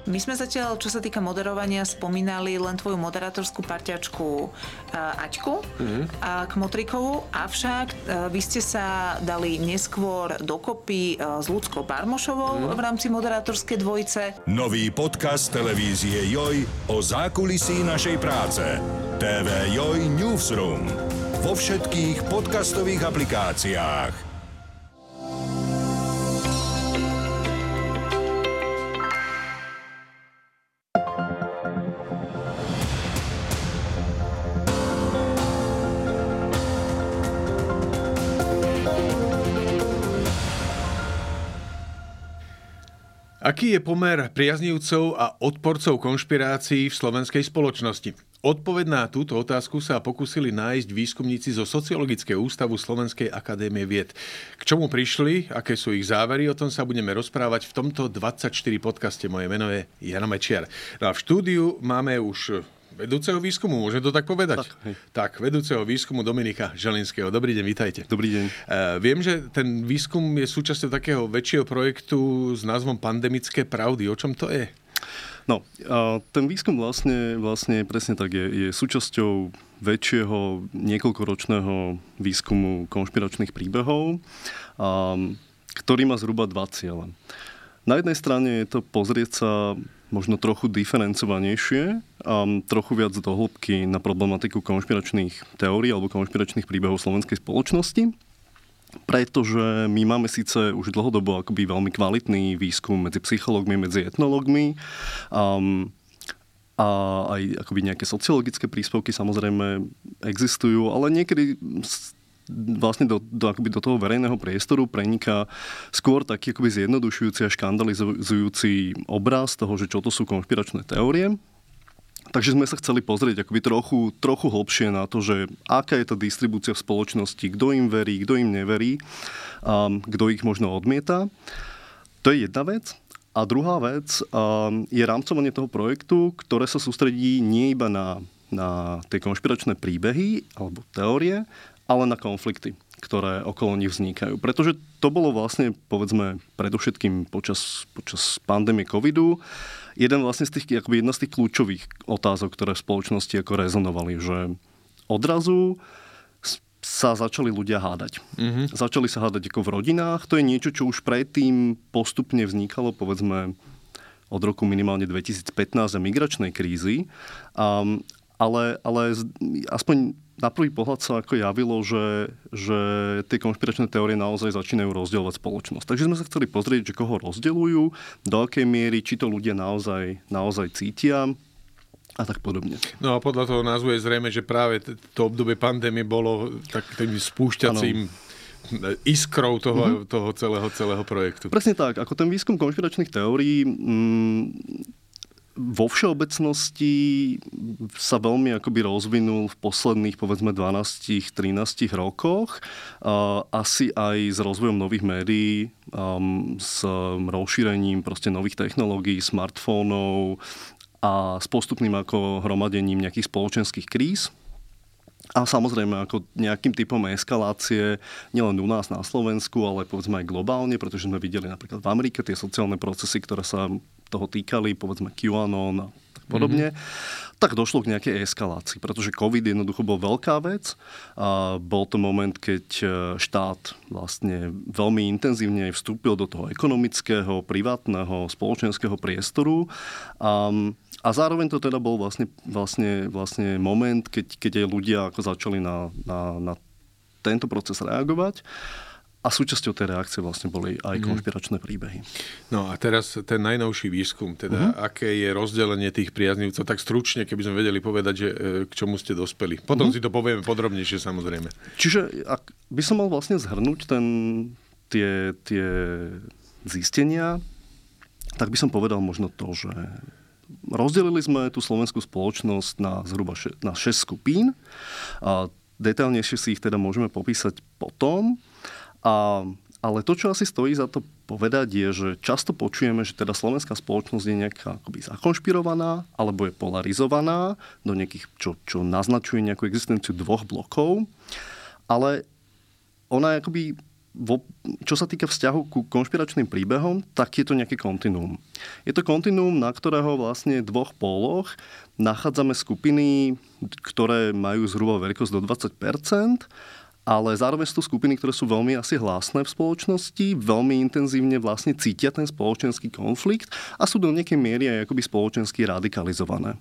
My sme zatiaľ, čo sa týka moderovania, spomínali len tvoju moderátorskú parťačku Aťku Kmotrikovu, avšak vy ste sa dali neskôr dokopy s Ľudskou Barmošovou v rámci moderátorskej dvojice. Nový podcast televízie Joj o zákulisí našej práce. TV Joj Newsroom. Vo všetkých podcastových aplikáciách. Aký je pomer priaznivcov a odporcov konšpirácií v slovenskej spoločnosti? Odpoveď na túto otázku sa pokúsili nájsť výskumníci zo Sociologického ústavu Slovenskej akadémie vied. K čomu prišli, aké sú ich závery, o tom sa budeme rozprávať v tomto 24 podcaste. Moje meno je Jano Mečiar. No a v štúdiu máme už vedúceho výskumu, môžem to tak povedať? Tak, vedúceho výskumu Dominika Želinského. Dobrý deň, vítajte. Dobrý deň. Viem, že ten výskum je súčasťou takého väčšieho projektu s názvom Pandemické pravdy. O čom to je? No, ten výskum vlastne presne tak je súčasťou väčšieho niekoľkoročného výskumu konšpiračných príbehov, ktorý má zhruba dva ciele. Na jednej strane je to pozrieť sa možno trochu diferencovanejšie, trochu viac do hĺbky na problematiku konšpiračných teórií alebo konšpiračných príbehov slovenskej spoločnosti, pretože my máme síce už dlhodobo akoby veľmi kvalitný výskum medzi psychológmi, medzi etnológmi, a aj akoby nejaké sociologické príspevky samozrejme existujú, ale niekedy vlastne do toho verejného priestoru preniká skôr taký akoby zjednodušujúci a škandalizujúci obraz toho, že čo to sú konšpiračné teórie. Takže sme sa chceli pozrieť akoby trochu hlbšie na to, že aká je tá distribúcia v spoločnosti, kto im verí, kto im neverí, kto ich možno odmieta. To je jedna vec. A druhá vec je rámcovanie toho projektu, ktoré sa sústredí nie iba na tie konšpiračné príbehy alebo teórie, ale na konflikty, ktoré okolo nich vznikajú. Pretože to bolo vlastne, povedzme, predovšetkým počas pandémie covidu jedna z tých kľúčových otázok, ktoré v spoločnosti ako rezonovali, že odrazu sa začali ľudia hádať. Začali sa hádať ako v rodinách. To je niečo, čo už predtým postupne vznikalo, povedzme, od roku minimálne 2015 a migračnej krízy. Ale aspoň na prvý pohľad sa ako javilo, že tie konšpiračné teórie naozaj začínajú rozdeľovať spoločnosť. Takže sme sa chceli pozrieť, že koho rozdeľujú, do akej miery, či to ľudia naozaj cítia a tak podobne. No a podľa toho názvu je zrejme, že práve to obdobie pandémie bolo takým spúšťacím iskrou toho celého projektu. Presne tak. Ako ten výskum konšpiračných teórií vo všeobecnosti sa veľmi akoby rozvinul v posledných, povedzme, 12-13 rokoch. Asi aj s rozvojom nových médií, s rozšírením proste nových technológií, smartfónov a s postupným ako hromadením nejakých spoločenských kríz. A samozrejme ako nejakým typom eskalácie nielen u nás na Slovensku, ale povedzme aj globálne, pretože sme videli napríklad v Amerike tie sociálne procesy, ktoré sa toho týkali, povedzme QAnon a tak podobne, tak došlo k nejakej eskalácii, pretože COVID jednoducho bol veľká vec. A bol to moment, keď štát vlastne veľmi intenzívne vstúpil do toho ekonomického, privátneho, spoločenského priestoru. A zároveň to teda bol vlastne moment, keď aj ľudia ako začali na tento proces reagovať. A súčasťou tej reakcie vlastne boli aj konšpiračné príbehy. No a teraz ten najnovší výskum, teda aké je rozdelenie tých priaznivcov, tak stručne, keby sme vedeli povedať, že k čomu ste dospeli. Potom si to povieme podrobnejšie, samozrejme. Čiže ak by som mal vlastne zhrnúť tie zistenia, tak by som povedal možno to, že rozdelili sme tú slovenskú spoločnosť na zhruba na 6 skupín. A detailnejšie si ich teda môžeme popísať potom. Ale to, čo asi stojí za to povedať, je, že často počujeme, že teda slovenská spoločnosť je nejaká akoby zakonšpirovaná alebo je polarizovaná do nejakých, čo naznačuje nejakú existenciu dvoch blokov. Ale ona je akoby čo sa týka vzťahu ku konšpiračným príbehom, tak je to nejaké kontinuum. Je to kontinuum, na ktorého vlastne dvoch póloch nachádzame skupiny, ktoré majú zhruba veľkosť do 20%, ale zároveň sú to skupiny, ktoré sú veľmi asi hlásne v spoločnosti, veľmi intenzívne vlastne cítia ten spoločenský konflikt a sú do nejakej miery aj akoby spoločensky radikalizované.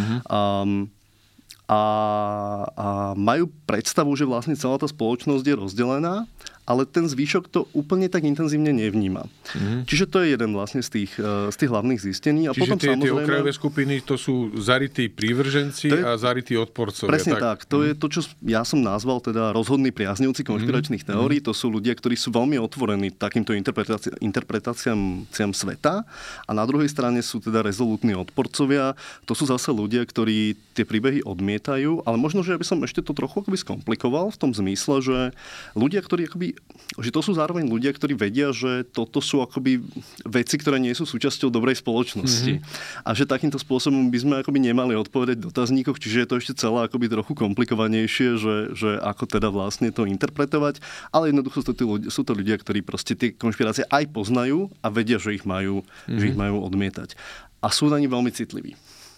A majú predstavu, že vlastne celá tá spoločnosť je rozdelená, ale ten zvyšok to úplne tak intenzívne nevníma. Čiže to je jeden vlastne z tých hlavných zistení. A čiže potom tie okrajové skupiny, to sú zarytí prívrženci a zarytí odporcovia. Presne tak. To je to, čo ja som nazval teda rozhodní priaznivci konšpiračných teórií. To sú ľudia, ktorí sú veľmi otvorení takýmto interpretáciám sveta. A na druhej strane sú teda rezolútni odporcovia. To sú zase ľudia, ktorí tie príbehy odmietajú. Ale možno, že ja by som ešte to trochu akoby skomplikoval v tom zmysle, že ľudia, ktorí akoby že to sú zároveň ľudia, ktorí vedia, že toto sú akoby veci, ktoré nie sú súčasťou dobrej spoločnosti. A že takýmto spôsobom by sme akoby nemali odpovedať v dotazníkoch, čiže je to ešte celé akoby trochu komplikovanejšie, že ako teda vlastne to interpretovať. Ale jednoducho sú to ľudia, ktorí proste tie konšpirácie aj poznajú a vedia, že ich majú odmietať. A sú na ni veľmi citliví.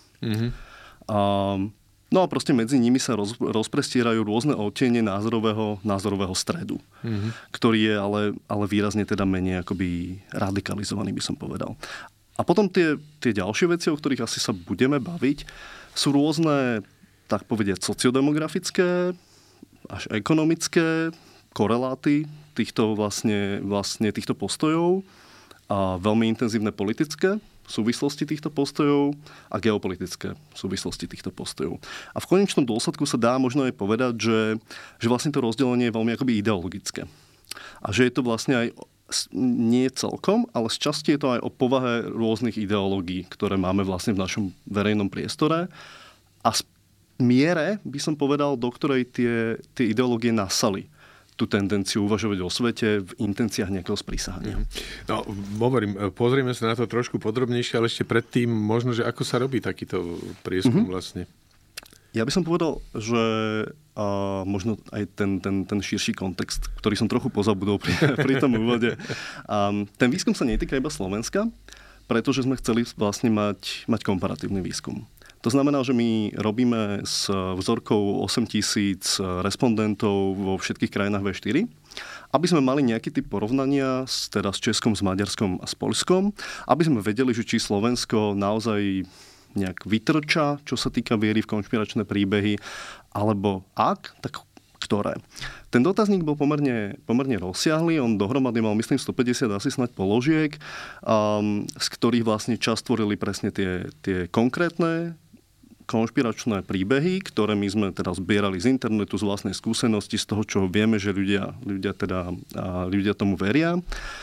No a proste medzi nimi sa rozprestierajú rôzne odtiene názorového stredu, ktorý je ale výrazne teda menej akoby radikalizovaný, by som povedal. A potom tie ďalšie veci, o ktorých asi sa budeme baviť, sú rôzne, tak povediať, sociodemografické až ekonomické koreláty týchto týchto postojov a veľmi intenzívne politické súvislosti týchto postojov a geopolitické súvislosti týchto postojov. A v konečnom dôsledku sa dá možno aj povedať, že vlastne to rozdelenie je veľmi akoby ideologické. A že je to vlastne aj nie celkom, ale z časti je to aj o povahe rôznych ideológií, ktoré máme vlastne v našom verejnom priestore a miere, by som povedal, do ktorej tie ideológie nasali tú tendenciu uvažovať o svete v intenciách nejakého sprísahania. No, hovorím, pozrieme sa na to trošku podrobnejšie, ale ešte predtým možno, že ako sa robí takýto prieskum vlastne? Ja by som povedal, že možno aj ten širší kontext, ktorý som trochu pozabudol pri tom úvode. Ten výskum sa netýka iba Slovenska, pretože sme chceli vlastne mať komparatívny výskum. To znamená, že my robíme s vzorkou 8,000 respondentov vo všetkých krajinách V4, aby sme mali nejaký typ porovnania s Českom, s Maďarskom a s Poľskom, aby sme vedeli, že či Slovensko naozaj nejak vytrča, čo sa týka viery v konšpiračné príbehy, alebo ak, tak ktoré. Ten dotazník bol pomerne rozsiahly, on dohromady mal, myslím, 150 asi snáď položiek, z ktorých vlastne časť tvorili presne tie konkrétne konšpiračné príbehy, ktoré my sme teda zbierali z internetu, z vlastnej skúsenosti, z toho, čo vieme, že ľudia tomu veria.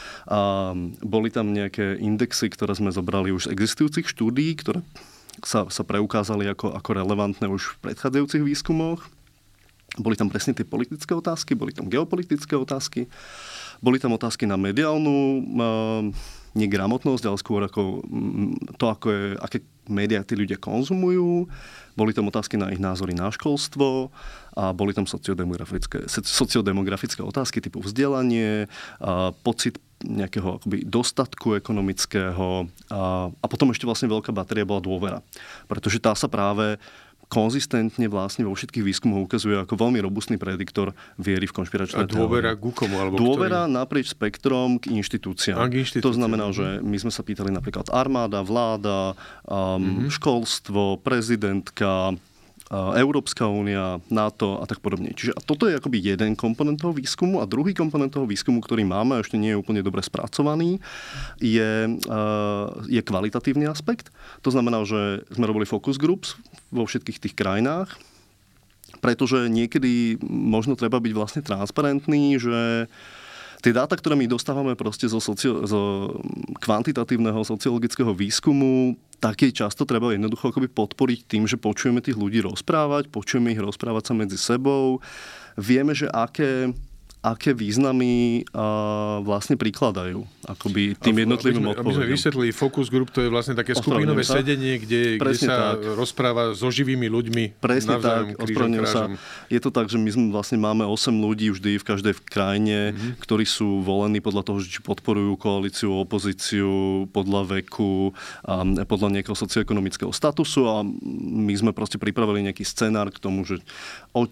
Boli tam nejaké indexy, ktoré sme zobrali už z existujúcich štúdií, ktoré sa preukázali ako relevantné už v predchádzajúcich výskumoch. Boli tam presne tie politické otázky, boli tam geopolitické otázky, boli tam otázky na mediálnu negramotnosť, ale skôr ako to, aké médiá tí ľudia konzumujú. Boli tam otázky na ich názory na školstvo a boli tam sociodemografické otázky typu vzdelanie, pocit nejakého akoby dostatku ekonomického a potom ešte vlastne veľká batéria bola dôvera. Pretože tá sa práve konzistentne vlastne vo všetkých výskumoch ukazuje ako veľmi robustný prediktor viery v konšpiračné teórie. A dôvera ku komu? Dôvera naprieč spektrom k inštitúciám. To znamená, že my sme sa pýtali napríklad armáda, vláda, školstvo, prezidentka, Európska únia, NATO a tak podobne. Čiže toto je akoby jeden komponent toho výskumu a druhý komponent toho výskumu, ktorý máme a ešte nie je úplne dobre spracovaný, je kvalitatívny aspekt. To znamená, že sme robili focus groups vo všetkých tých krajinách, pretože niekedy možno treba byť vlastne transparentný, že tie dáta, ktoré my dostávame proste zo kvantitatívneho sociologického výskumu, také často treba jednoducho akoby podporiť tým, že počujeme tých ľudí rozprávať, počujeme ich rozprávať sa medzi sebou. Vieme, že aké významy vlastne prikladajú akoby tým jednotlivým odpovediam. Aby sme vysvetlili, focus group to je vlastne také skupinové sedenie, kde sa rozpráva so živými ľuďmi. Presne tak, ospravedlňujem sa. Je to tak, že my vlastne máme 8 ľudí vždy v každej krajine, ktorí sú volení podľa toho, či podporujú koalíciu, opozíciu, podľa veku, podľa nejakého socioekonomického statusu a my sme proste pripravili nejaký scenár k tomu, že o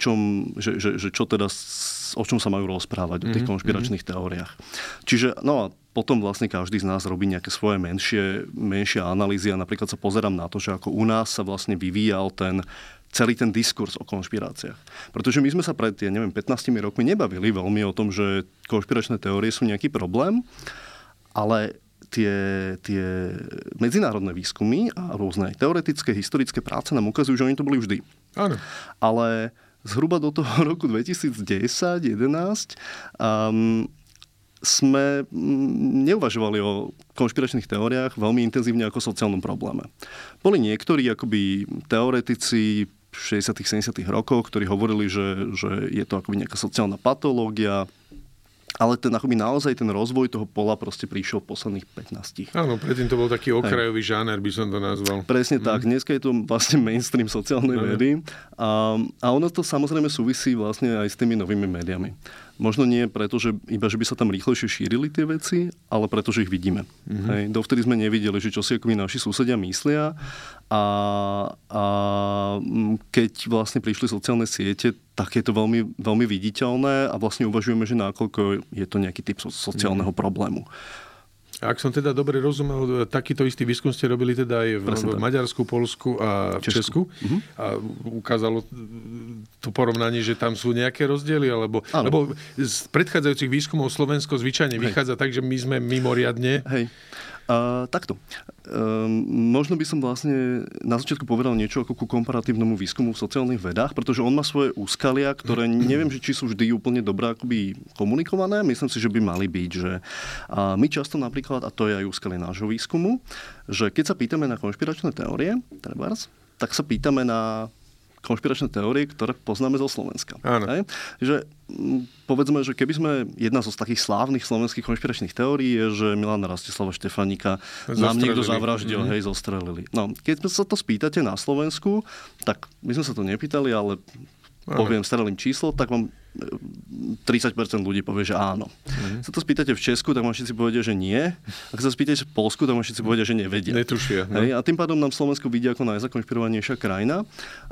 čom sa majú rozprávať o tých konšpiračných teóriách. Čiže, no a potom vlastne každý z nás robí nejaké svoje menšie analýzy a napríklad sa pozerám na to, že ako u nás sa vlastne vyvíjal celý ten diskurs o konšpiráciách. Pretože my sme sa pred, 15 rokmi nebavili veľmi o tom, že konšpiračné teórie sú nejaký problém, ale tie medzinárodné výskumy a rôzne teoretické, historické práce nám ukazujú, že oni to boli vždy. Áno. Ale zhruba do toho roku 2010-2011 sme neuvažovali o konšpiračných teóriách veľmi intenzívne ako sociálnom probléme. Boli niektorí akoby teoretici v 60. 70. rokoch, ktorí hovorili, že je to akoby nejaká sociálna patológia, ale naozaj ten rozvoj toho pola proste prišiel v posledných 15. Áno, predtým to bol taký okrajový žáner, by som to nazval. Presne tak. Dneska je to vlastne mainstream sociálnej vedy. A ono to samozrejme súvisí vlastne aj s tými novými médiami. Možno nie preto, že by sa tam rýchlejšie šírili tie veci, ale preto, že ich vidíme. Hej. Dovtedy sme nevideli, že čo si akoby naši susedia myslia a keď vlastne prišli sociálne siete, tak je to veľmi, veľmi viditeľné a vlastne uvažujeme, že nakoľko je to nejaký typ sociálneho problému. Ak som teda dobre rozumel, takýto istý výskum ste robili teda aj v Maďarsku, Poľsku a Česku. A ukázalo to porovnanie, že tam sú nejaké rozdiely, lebo z predchádzajúcich výskumov Slovensko zvyčajne vychádza tak, že my sme mimoriadne... Takto. Možno by som vlastne na začiatku povedal niečo ako ku komparatívnemu výskumu v sociálnych vedách, pretože on má svoje úskalia, ktoré neviem, či sú vždy úplne dobré akoby komunikované. Myslím si, že by mali byť, že my často napríklad, a to je aj úskalie nášho výskumu, že keď sa pýtame na konšpiračné teórie, tak sa pýtame na konšpiračné teórie, ktoré poznáme zo Slovenska. Že povedzme, že keby sme, jedna z takých slávnych slovenských konšpiračných teórií je, že Milana Rastislava Štefánika nám niekto zavraždil, zostrelili. No, keď sa to spýtate na Slovensku, tak my sme sa to nepýtali, ale poviem, strelím číslo, tak vám 30% ľudí povie, že áno. Sa to spýtate v Česku, tak vám všetci povedia, že nie. Ak sa spýtate v Poľsku, tak vám všetci povedia, že nevedia. Netušia. A tým pádom nám Slovensko vidia ako najzakonšpirovanejšia krajina.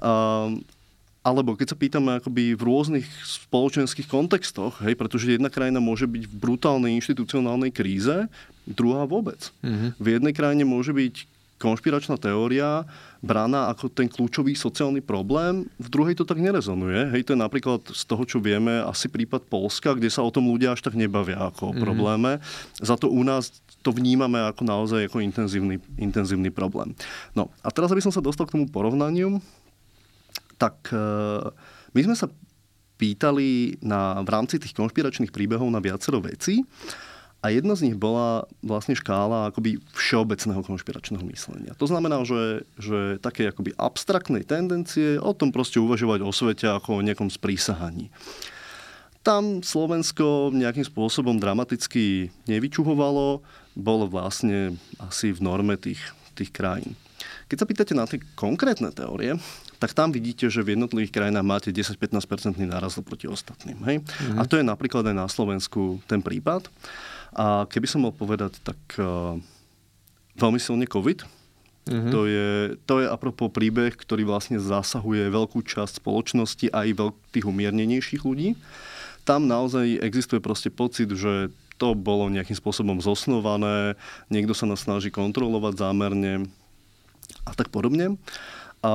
Alebo keď sa pýtame akoby v rôznych spoločenských kontextoch, pretože jedna krajina môže byť v brutálnej inštitucionálnej kríze, druhá vôbec. V jednej krajine môže byť konšpiračná teória braná ako ten kľúčový sociálny problém, v druhej to tak nerezonuje. To je napríklad z toho, čo vieme, asi prípad Poľska, kde sa o tom ľudia až tak nebavia ako o probléme. Za to u nás to vnímame ako naozaj ako intenzívny problém. No a teraz, aby som sa dostal k tomu porovnaniu, tak my sme sa pýtali v rámci tých konšpiračných príbehov na viacero vecí. A jedna z nich bola vlastne škála akoby všeobecného konšpiračného myslenia. To znamená, že také akoby abstraktnej tendencie o tom proste uvažovať o svete ako o nejakom sprísahaní. Tam Slovensko nejakým spôsobom dramaticky nevyčuhovalo, bolo vlastne asi v norme tých krajín. Keď sa pýtate na tie konkrétne teórie, tak tam vidíte, že v jednotlivých krajinách máte 10-15% nárast proti ostatným. A to je napríklad aj na Slovensku ten prípad. A keby som mal povedať, tak veľmi silne COVID. To je apropo príbeh, ktorý vlastne zasahuje veľkú časť spoločnosti aj tých umiernenejších ľudí. Tam naozaj existuje proste pocit, že to bolo nejakým spôsobom zosnované, niekto sa nás snaží kontrolovať zámerne a tak podobne. A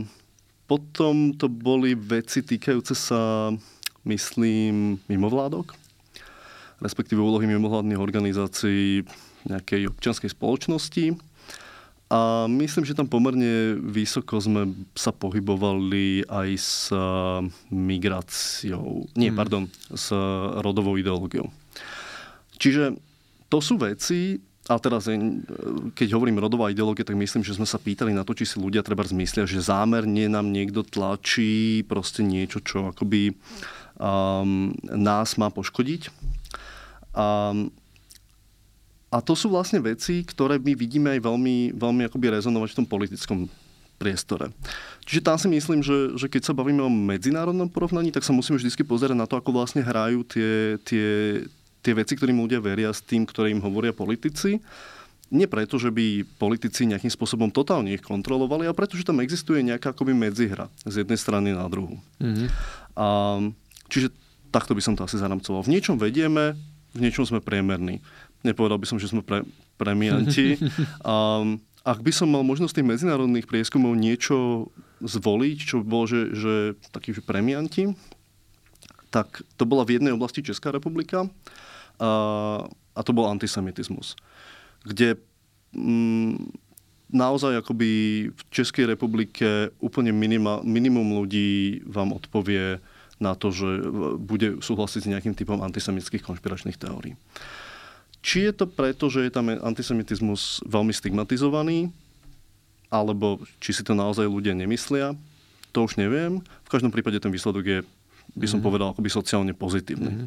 potom to boli veci týkajúce sa, myslím, mimovládok, respektíve úlohy mimovládnych organizácií nejakej občianskej spoločnosti. A myslím, že tam pomerne vysoko sme sa pohybovali aj s migráciou. S rodovou ideológiou. Čiže to sú veci, a teraz keď hovorím rodová ideológia, tak myslím, že sme sa pýtali na to, či si ľudia treba zmyslia, že zámerne nám niekto tlačí proste niečo, čo akoby nás má poškodiť. A to sú vlastne veci, ktoré my vidíme aj veľmi, veľmi akoby rezonovať v tom politickom priestore. Čiže tam si myslím, že keď sa bavíme o medzinárodnom porovnaní, tak sa musíme vždy pozerať na to, ako vlastne hrajú tie veci, ktorým ľudia veria, s tým, ktoré im hovoria politici. Nie preto, že by politici nejakým spôsobom totálne ich kontrolovali, ale preto, že tam existuje nejaká akoby medzihra z jednej strany na druhú. Čiže takto by som to asi zaramcoval. V niečom vedieme, v niečom sme priemerní. Nepovedal by som, že sme premianti. Ak by som mal možnosť tých medzinárodných prieskumov niečo zvoliť, čo by bolo, že takí, že premianti, tak to bola v jednej oblasti Česká republika a to bol antisemitizmus. Kde naozaj akoby v Českej republike úplne minimum ľudí vám odpovie na to, že bude súhlasiť s nejakým typom antisemitských konšpiračných teórií. Či je to preto, že je tam antisemitizmus veľmi stigmatizovaný, alebo či si to naozaj ľudia nemyslia, to už neviem. V každom prípade ten výsledok je, by som povedal, akoby sociálne pozitívny.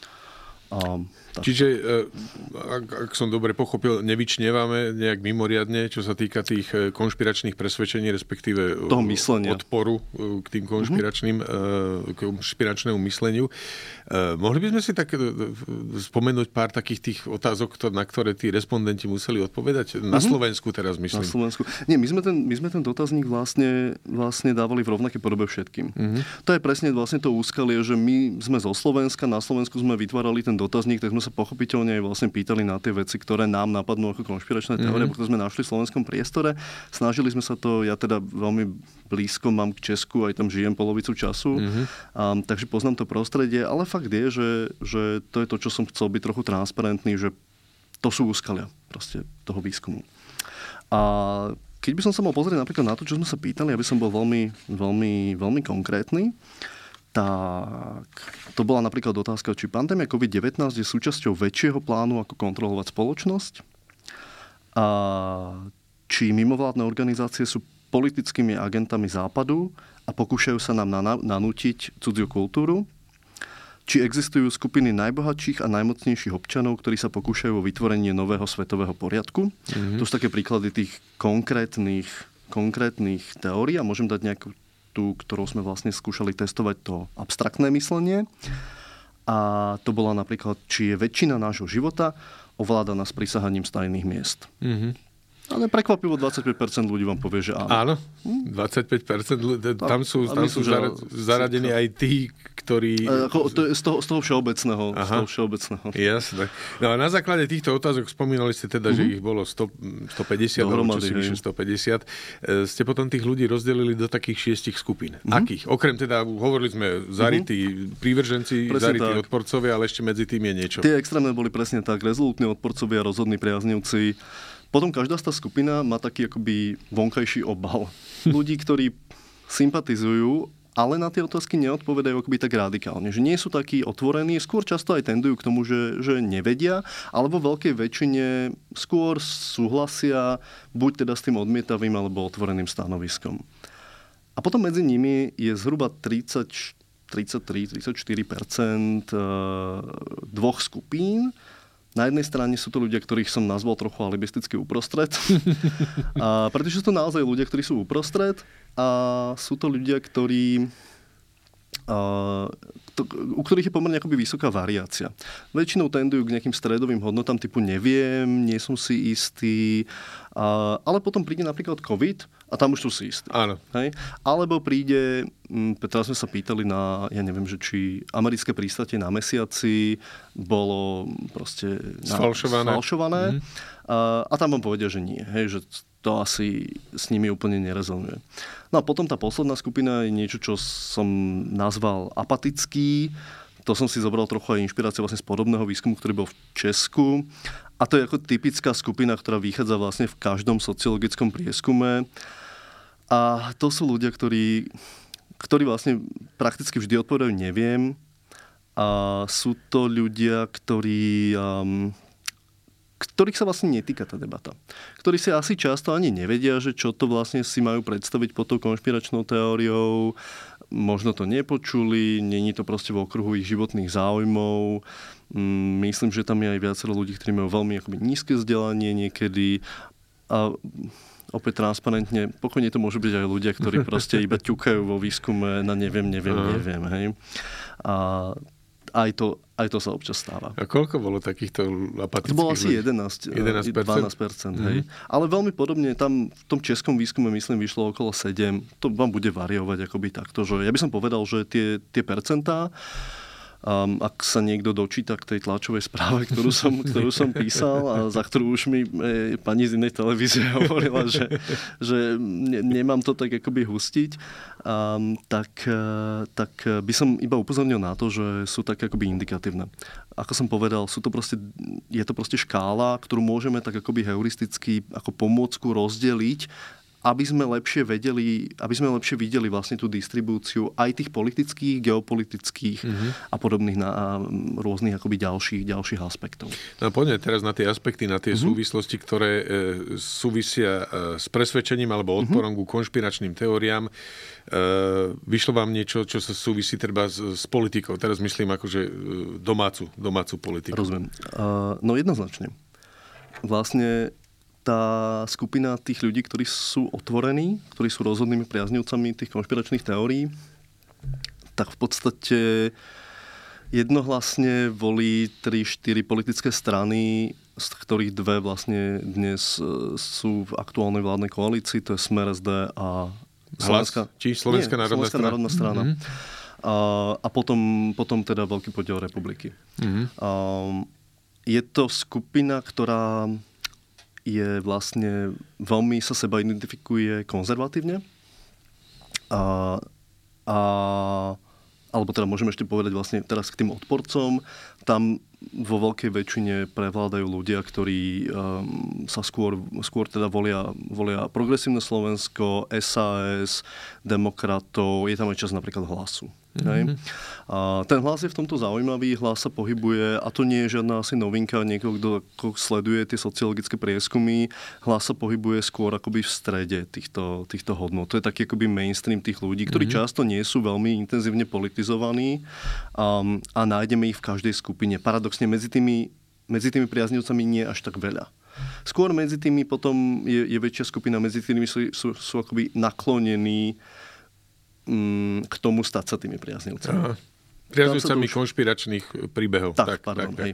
Čiže, ak som dobre pochopil, nevyčnievame nejak mimoriadne, čo sa týka tých konšpiračných presvedčení, respektíve toho myslenia, odporu k tým konšpiračnému mysleniu. Mohli by sme si tak spomenúť pár takých tých otázok, na ktoré tí respondenti museli odpovedať? Na Slovensku teraz, myslím. Na Slovensku. Nie, my sme ten dotazník vlastne dávali v rovnakej podobe všetkým. To je presne vlastne to úskalie, že my sme zo Slovenska, na Slovensku sme vytvárali ten dotazník, tak sme sa pochopiteľne aj vlastne pýtali na tie veci, ktoré nám napadnú ako konšpiračné teórie, pretože sme našli v slovenskom priestore. Snažili sme sa to, ja teda veľmi blízko mám k Česku, aj tam žijem polovicu času, takže poznám to prostredie, ale fakt je, že to je to, čo som chcel byť trochu transparentný, že to sú úskalia proste toho výskumu. A keď by som sa mal pozrieť napríklad na to, čo sme sa pýtali, aby som bol veľmi, veľmi, veľmi konkrétny, tak to bola napríklad otázka, či pandémia COVID-19 je súčasťou väčšieho plánu, ako kontrolovať spoločnosť, a či mimovládne organizácie sú politickými agentami Západu a pokúšajú sa nám nanútiť cudziu kultúru, či existujú skupiny najbohatších a najmocnejších občanov, ktorí sa pokúšajú o vytvorenie nového svetového poriadku. To sú také príklady tých konkrétnych teórií a môžem dať nejakú tú, ktorou sme vlastne skúšali testovať to abstraktné myslenie. A to bola napríklad, či je väčšina nášho života ovládaná s prisahaním z tajných miest. Ale prekvapivo 25% ľudí vám povie, že áno. Áno, 25%, tam sú zaradení aj tí, ktorí... To je z toho všeobecného. Jasné. No a na základe týchto otázok spomínali ste teda, že ich bolo 150, alebo čo si vyše 150. Ste potom tých ľudí rozdelili do takých 6 skupín. Akých? Okrem teda, hovorili sme, zarytí prívrženci, zarytí odporcovia, ale ešte medzi tým je niečo. Tie extrémne boli presne tak, rezolútni odporcovia, rozhodní priaznivci. Potom každá tá skupina má taký akoby vonkajší obal. Ľudí, ktorí sympatizujú, ale na tie otázky neodpovedajú akoby tak radikálne. Že nie sú takí otvorení, skôr často aj tendujú k tomu, že nevedia, alebo vo veľkej väčšine skôr súhlasia buď teda s tým odmietavým alebo otvoreným stanoviskom. A potom medzi nimi je zhruba 33-34% dvoch skupín. Na jednej strane sú to ľudia, ktorých som nazval trochu alibisticky uprostred. Pretože sú to naozaj ľudia, ktorí sú uprostred a sú to ľudia, u ktorých je pomerne akoby vysoká variácia. Väčšinou tendujú k nejakým stredovým hodnotám typu neviem, nie som si istý, ale potom príde napríklad COVID a tam už sú si istí. Áno. Hej? Alebo príde, teraz sme sa pýtali na, ja neviem, že či americké pristátie na mesiaci bolo proste sfalšované. A tam vám povedia, že nie. Hej? Že to asi s nimi úplne nerezonuje. No a potom tá posledná skupina je niečo, čo som nazval apatický. To som si zobral trochu aj inšpirácie vlastne z podobného výskumu, ktorý bol v Česku. A to je ako typická skupina, ktorá vychádza vlastne v každom sociologickom prieskume. A to sú ľudia, ktorí vlastne prakticky vždy odpovedajú neviem. A sú to ľudia, ktorých sa vlastne netýka tá debata. Ktorí si asi často ani nevedia, že čo to vlastne si majú predstaviť pod tou konšpiračnou teóriou. možno to nepočuli, není to proste v okruhu ich životných záujmov. Myslím, že tam je aj viacero ľudí, ktorí majú veľmi akoby nízke vzdelanie niekedy a opäť transparentne, pokojne to môžu byť aj ľudia, ktorí proste iba ťukajú vo výskume na neviem, hej. A aj to sa občas stáva. A koľko bolo takýchto apatických ľudí? To bolo asi 12%, hej. Ale veľmi podobne, tam v tom českom výskume, myslím, vyšlo okolo 7. To vám bude variovať akoby takto, že ja by som povedal, že tie percentá, ak sa niekto dočíta k tej tlačovej správe, ktorú som písal a za ktorú už mi pani z inej televízie hovorila, že nemám to tak akoby hustiť, tak by som iba upozornil na to, že sú také akoby indikatívne. Ako som povedal, je to proste škála, ktorú môžeme tak akoby heuristicky ako pomôcku rozdeliť, aby sme lepšie videli vlastne tú distribúciu aj tých politických, geopolitických a podobných rôznych akoby ďalších aspektov. No poďme teraz na tie aspekty, na tie súvislosti, ktoré súvisia s presvedčením alebo odporom ku konšpiračným teóriám. Vyšlo vám niečo, čo sa súvisí treba s politikou? Teraz myslím akože domácu politiku. Rozumiem. No jednoznačne. Vlastne tá skupina tých ľudí, ktorí sú otvorení, ktorí sú rozhodnými priaznivcami tých konšpiračných teórií, tak v podstate jednohlasne volí 3-4 politické strany, z ktorých dve vlastne dnes sú v aktuálnej vládnej koalícii, to je Smer SD a Slovenská národná strana. A potom teda veľký podiel Republiky. Je to skupina, ktorá je vlastne veľmi sa seba identifikuje konzervatívne. Alebo teda môžeme ešte povedať vlastne teraz k tým odporcom. Tam vo veľkej väčšine prevládajú ľudia, ktorí sa skôr teda volia Progresívne Slovensko, SAS, demokratov, je tam aj časť napríklad Hlasu. A ten Hlas je v tomto zaujímavý, Hlas sa pohybuje, a to nie je žiadna asi novinka, niekoho, kto sleduje tie sociologické prieskumy, Hlas sa pohybuje skôr akoby v strede týchto hodnot. To je taký akoby mainstream tých ľudí, ktorí často nie sú veľmi intenzívne politizovaní a nájdeme ich v každej skupine. Paradoxne medzi tými priaznivcami nie až tak veľa. Skôr medzi tými potom je väčšia skupina, medzi tými sú akoby naklonení k tomu stať sa tými priaznivcami. Priaznivcami konšpiračných príbehov. Tak. Hej.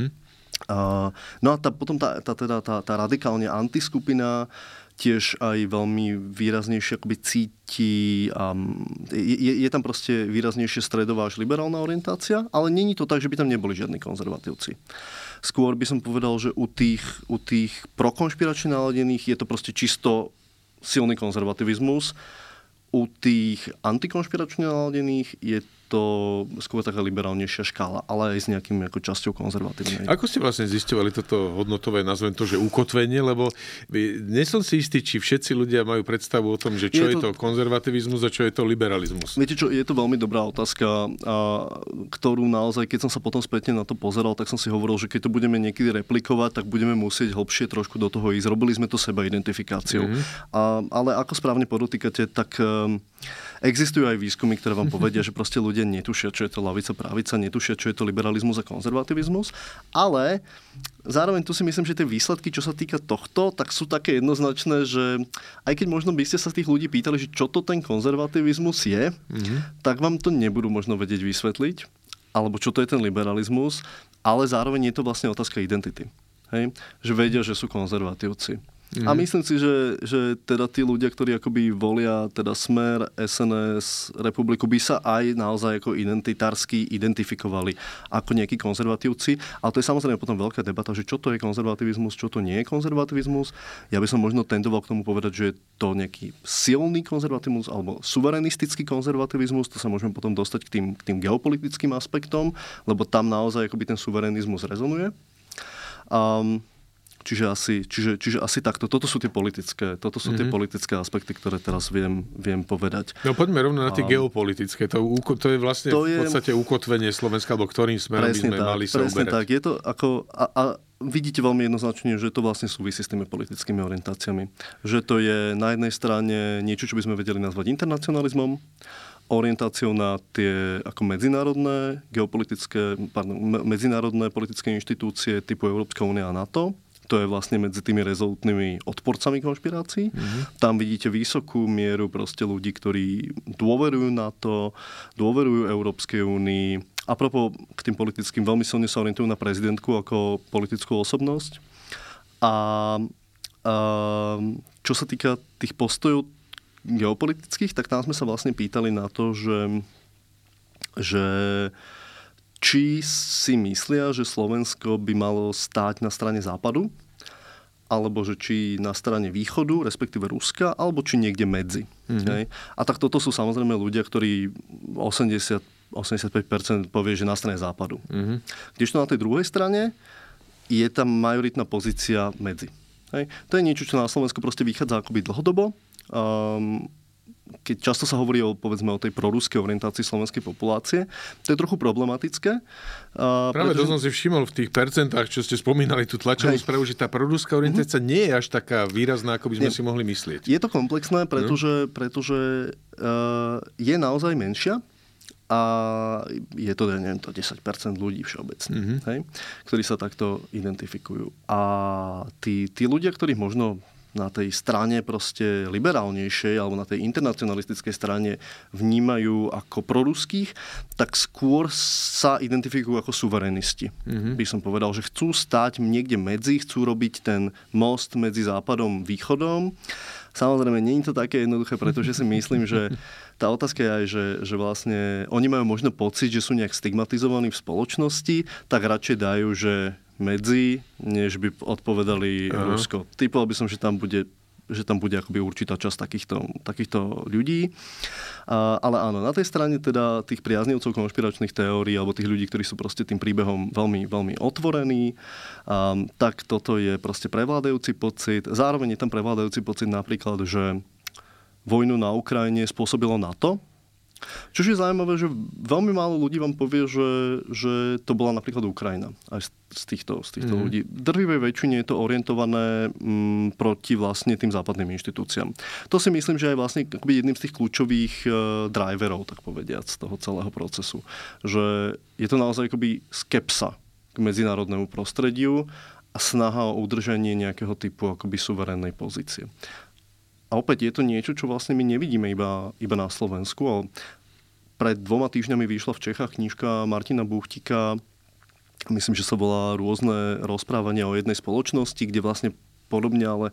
No a potom tá radikálne antiskupina tiež aj veľmi výraznejšie akoby cíti je tam proste výraznejšie stredová až liberálna orientácia, ale není to tak, že by tam neboli žiadni konzervatívci. Skôr by som povedal, že u tých prokonšpiračne naladených je to proste čisto silný konzervativizmus. U tých antikonšpiračne naladených je to skôr taká liberálnejšia škála, ale aj s nejakým ako časťou konzervatívnej. Ako ste vlastne zisťovali toto hodnotové, nazvem to, že ukotvenie, lebo nie som si istý, či všetci ľudia majú predstavu o tom, že čo je to konzervativizmus a čo je to liberalizmus. Viete čo, je to veľmi dobrá otázka, ktorú naozaj, keď som sa potom spätne na to pozeral, tak som si hovoril, že keď to budeme niekedy replikovať, tak budeme musieť hlbšie trošku do toho ísť. Robili sme to seba identifikáciou. Ale ako správne podotýkate, tak existujú aj výskumy, ktoré vám povedia, že proste ľudia netušia, čo je to ľavica, pravica, netušia, čo je to liberalizmus a konzervativizmus, ale zároveň tu si myslím, že tie výsledky, čo sa týka tohto, tak sú také jednoznačné, že aj keď možno by ste sa tých ľudí pýtali, že čo to ten konzervativizmus je, tak vám to nebudú možno vedieť vysvetliť, alebo čo to je ten liberalizmus, ale zároveň je to vlastne otázka identity. Hej? Že vedia, že sú konzervatívci. A myslím si, že teda tí ľudia, ktorí akoby volia teda Smer, SNS, Republiku, by sa aj naozaj ako identitársky identifikovali ako nejakí konzervatívci. Ale to je samozrejme potom veľká debata, že čo to je konzervativizmus, čo to nie je konzervativizmus. Ja by som možno tendoval k tomu povedať, že je to nejaký silný konzervativizmus alebo suverenistický konzervativizmus. To sa môžeme potom dostať k tým geopolitickým aspektom, lebo tam naozaj akoby ten suverenizmus rezonuje. Čiže asi takto. Toto sú tie politické aspekty, ktoré teraz viem povedať. No poďme rovno na tie geopolitické. To je vlastne v podstate ukotvenie Slovenska, alebo ktorým smerom by sme mali sa uberať. Presne tak. Je to ako... A vidíte veľmi jednoznačne, že to vlastne súvisí s tými politickými orientáciami. Že to je na jednej strane niečo, čo by sme vedeli nazvať internacionalizmom, orientáciou na tie ako medzinárodné politické inštitúcie typu Európska únia a NATO. To je vlastne medzi tými rezolutnými odporcami konšpirácií. Tam vidíte vysokú mieru proste ľudí, ktorí dôverujú NATO, dôverujú Európskej únii. A propos k tým politickým, veľmi silne sa orientujú na prezidentku ako politickú osobnosť. A čo sa týka tých postojov geopolitických, tak tam sme sa vlastne pýtali na to, že či si myslia, že Slovensko by malo stáť na strane západu, alebo že či na strane východu, respektíve Ruska, alebo či niekde medzi. A tak toto sú samozrejme ľudia, ktorí 85% povie, že na strane západu. Kdežto na tej druhej strane je tam majoritná pozícia medzi. To je niečo, čo na Slovensku proste vychádza akoby dlhodobo. Keď často sa hovorí povedzme o tej proruskej orientácii slovenskej populácie, to je trochu problematické. Práve to som si všimol v tých percentách, čo ste spomínali tú tlačovú správu, že tá proruská orientácia nie je až taká výrazná, ako by sme si mohli myslieť. Je to komplexné, pretože je naozaj menšia a je to, neviem, to 10% ľudí všeobecne, ktorí sa takto identifikujú. A tí ľudia, ktorí možno na tej strane proste liberálnejšej alebo na tej internacionalistickej strane vnímajú ako proruských, tak skôr sa identifikujú ako suverenisti. By som povedal, že chcú stáť niekde medzi, chcú robiť ten most medzi západom a východom. Samozrejme, nie je to také jednoduché, pretože si myslím, že tá otázka je aj, že vlastne oni majú možno pocit, že sú nejak stigmatizovaní v spoločnosti, tak radšej dajú, že medzi, než by odpovedali Rusko. Typoval by som, že tam bude akoby určitá časť takýchto ľudí. Ale áno, na tej strane teda tých priaznivcov konšpiračných teórií alebo tých ľudí, ktorí sú proste tým príbehom veľmi, veľmi otvorení, tak toto je proste prevládajúci pocit. Zároveň je tam prevládajúci pocit napríklad, že vojnu na Ukrajine spôsobilo NATO. Čo je zaujímavé, že veľmi málo ľudí vám povie, že to bola napríklad Ukrajina. Aj z týchto ľudí. Drvivej väčšine je to orientované proti vlastne tým západným inštitúciám. To si myslím, že je vlastne jedným z tých kľúčových driverov, tak povediac, z toho celého procesu. Že je to naozaj akoby skepsa k medzinárodnému prostrediu a snaha o udržanie nejakého typu akoby suverénnej pozície. A opäť je to niečo, čo vlastne my nevidíme iba na Slovensku. Ale pred 2 týždňami vyšla v Čechách knižka Martina Buchtika, myslím, že sa volá Rôzne rozprávania o jednej spoločnosti, kde vlastne podobne, ale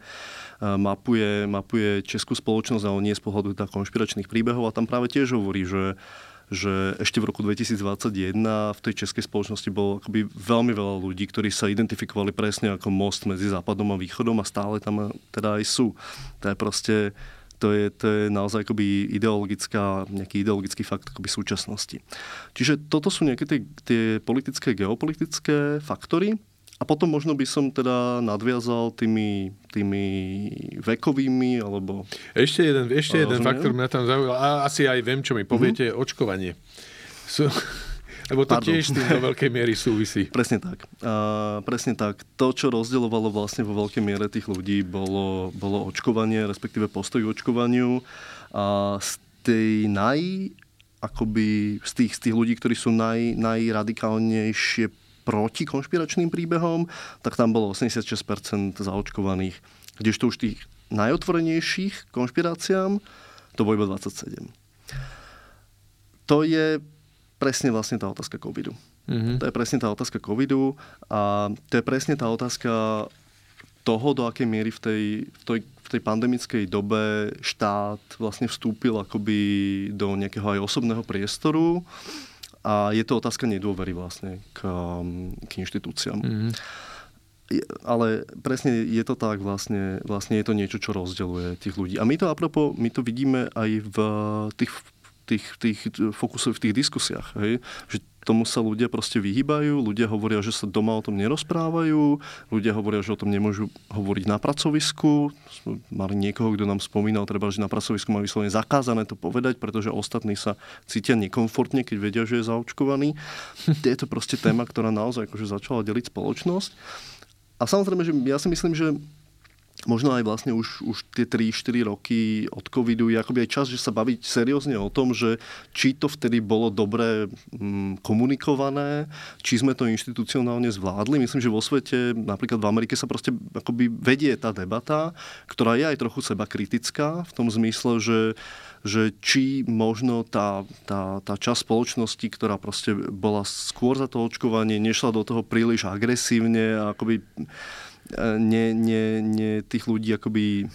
mapuje českú spoločnosť, ale nie z pohľadu konšpiračných príbehov. A tam práve tiež hovorí, že ešte v roku 2021 v tej českej spoločnosti bolo akoby veľmi veľa ľudí, ktorí sa identifikovali presne ako most medzi západom a východom a stále tam teda aj sú. To je proste, to je naozaj akoby nejaký ideologický fakt akoby súčasnosti. Čiže toto sú nejaké tie politické, geopolitické faktory. A potom možno by som teda nadviazal tými vekovými, alebo... Ešte jeden faktor mňa tam zaujal. A asi aj viem, čo mi poviete, očkovanie. Lebo to tiež s tým do veľkej miery súvisí. Presne tak. Presne tak. To, čo rozdielovalo vlastne vo veľkej miere tých ľudí, bolo očkovanie, respektíve postoj k očkovaniu. A z tých ľudí, ktorí sú najradikálnejšie proti konšpiračným príbehom, tak tam bolo 86% zaočkovaných. Kdežto už tých najotvorenejších konšpiráciám to bolo iba 27%. To je presne vlastne tá otázka covidu. To je presne tá otázka covidu a to je presne tá otázka toho, do akej miery v tej pandemickej dobe štát vlastne vstúpil akoby do nejakého aj osobného priestoru. A je to otázka nedôvery vlastne k inštitúciám. Ale presne je to tak, vlastne je to niečo, čo rozdeľuje tých ľudí. A my to vidíme aj v tých fokusoch, v tých diskusiách. Hej? Že tomu sa ľudia proste vyhýbajú, ľudia hovoria, že sa doma o tom nerozprávajú, ľudia hovoria, že o tom nemôžu hovoriť na pracovisku. Mali niekoho, kto nám spomínal, že na pracovisku má vyslovene zakázané to povedať, pretože ostatní sa cítia nekomfortne, keď vedia, že je zaočkovaný. Je to proste téma, ktorá naozaj akože začala deliť spoločnosť. A samozrejme, že ja si myslím, že možno aj vlastne už tie 3-4 roky od covidu je akoby aj čas, že sa baviť seriózne o tom, že či to vtedy bolo dobre komunikované, či sme to inštitucionálne zvládli. Myslím, že vo svete, napríklad v Amerike sa proste akoby vedie tá debata, ktorá je aj trochu sebakritická v tom zmysle, že či možno tá časť spoločnosti, ktorá proste bola skôr za to očkovanie, nešla do toho príliš agresívne a akoby tých ľudí akoby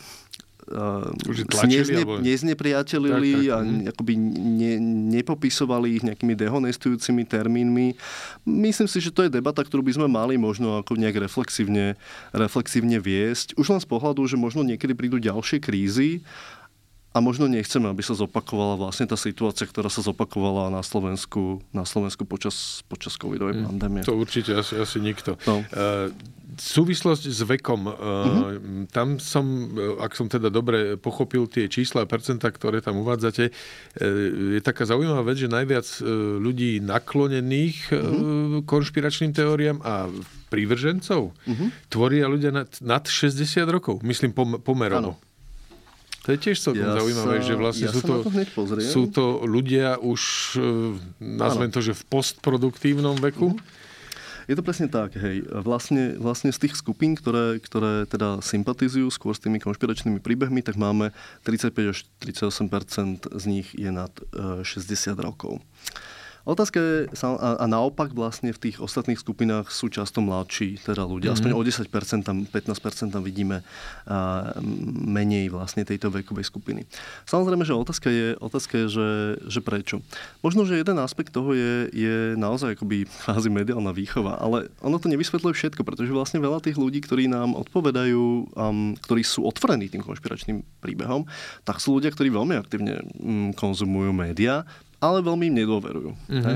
neznepriatelili a akoby nepopisovali ich nejakými dehonestujúcimi termínmi. Myslím si, že to je debata, ktorú by sme mali možno ako nejak reflexívne viesť. Už len z pohľadu, že možno niekedy prídu ďalšie krízy a možno nechceme, aby sa zopakovala vlastne tá situácia, ktorá sa zopakovala na Slovensku počas covidovej pandémie. To určite asi nikto. No. Súvislosť s vekom. Tam som, ak som teda dobre pochopil tie čísla a percentá, ktoré tam uvádzate, je taká zaujímavá vec, že najviac ľudí naklonených konšpiračným teóriám a prívržencov tvoria ľudia nad 60 rokov. Myslím pomerovo. Áno. To je tiež celkom zaujímavé, že vlastne sú to ľudia už, nazvem to, že v postproduktívnom veku. Je to presne tak, hej. Vlastne z tých skupín, ktoré teda sympatizujú skôr s tými konšpiračnými príbehmi, tak máme 35 až 38% z nich je nad 60 rokov. Otázka je, a naopak vlastne v tých ostatných skupinách sú často mladší teda ľudia. Aspoň o 10%, 15% tam vidíme menej vlastne tejto vekovej skupiny. Samozrejme, že otázka je, že prečo. Možno, že jeden aspekt toho je naozaj akoby kvázi mediálna výchova, ale ono to nevysvetľuje všetko, pretože vlastne veľa tých ľudí, ktorí nám odpovedajú, ktorí sú otvorení tým konšpiračným príbehom, tak sú ľudia, ktorí veľmi aktívne konzumujú médiá, ale veľmi im nedôverujú.